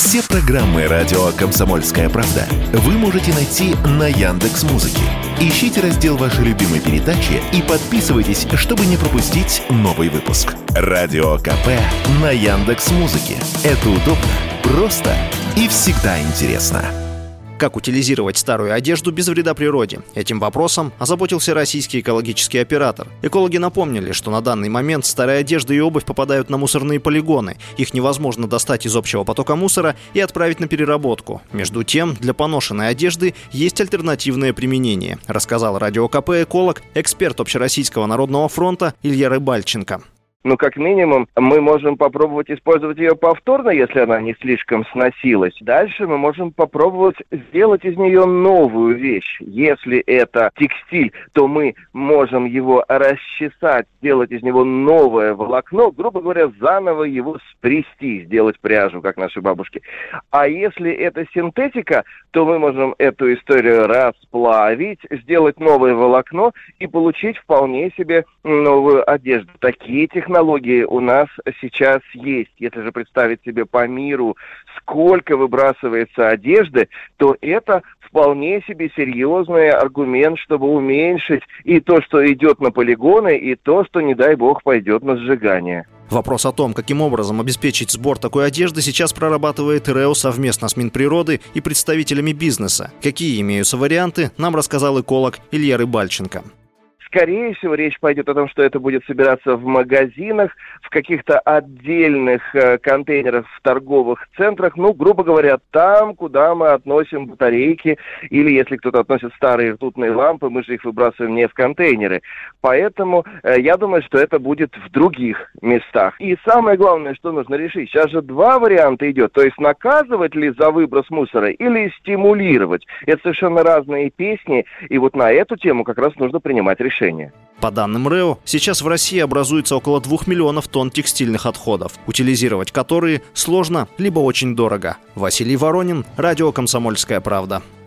Все программы радио «Комсомольская правда» вы можете найти на Яндекс.Музыке. Ищите раздел вашей любимой передачи и подписывайтесь, чтобы не пропустить новый выпуск. Радио КП на Яндекс.Музыке. Это удобно, просто и всегда интересно. Как утилизировать старую одежду без вреда природе? Этим вопросом озаботился российский экологический оператор. Экологи напомнили, что на данный момент старая одежда и обувь попадают на мусорные полигоны. Их невозможно достать из общего потока мусора и отправить на переработку. Между тем, для поношенной одежды есть альтернативное применение, рассказал Радио КП эколог, эксперт Общероссийского народного фронта Илья Рыбальченко. Как минимум, мы можем попробовать использовать ее повторно, если она не слишком сносилась. Дальше мы можем попробовать сделать из нее новую вещь. Если это текстиль, то мы можем его расчесать, сделать из него новое волокно, грубо говоря, заново его сплести, сделать пряжу, как наши бабушки. А если это синтетика, то мы можем эту историю расплавить, сделать новое волокно и получить вполне себе новую одежду. Такие технологии у нас сейчас есть. Если же представить себе по миру, сколько выбрасывается одежды, то это вполне себе серьезный аргумент, чтобы уменьшить и то, что идет на полигоны, и то, что, не дай бог, пойдет на сжигание. Вопрос о том, каким образом обеспечить сбор такой одежды, сейчас прорабатывает РЭО совместно с Минприроды и представителями бизнеса. Какие имеются варианты, нам рассказал эколог Илья Рыбальченко. Скорее всего, речь пойдет о том, что это будет собираться в магазинах, в каких-то отдельных контейнерах в торговых центрах, грубо говоря, там, куда мы относим батарейки, или если кто-то относит старые ртутные лампы, мы же их выбрасываем не в контейнеры. Поэтому я думаю, что это будет в других местах. И самое главное, что нужно решить, сейчас же два варианта идет, то есть наказывать ли за выброс мусора или стимулировать. Это совершенно разные песни, и вот на эту тему как раз нужно принимать решение. По данным РЭО, сейчас в России образуется около 2 миллионов тонн текстильных отходов, утилизировать которые сложно, либо очень дорого. Василий Воронин, Радио «Комсомольская правда».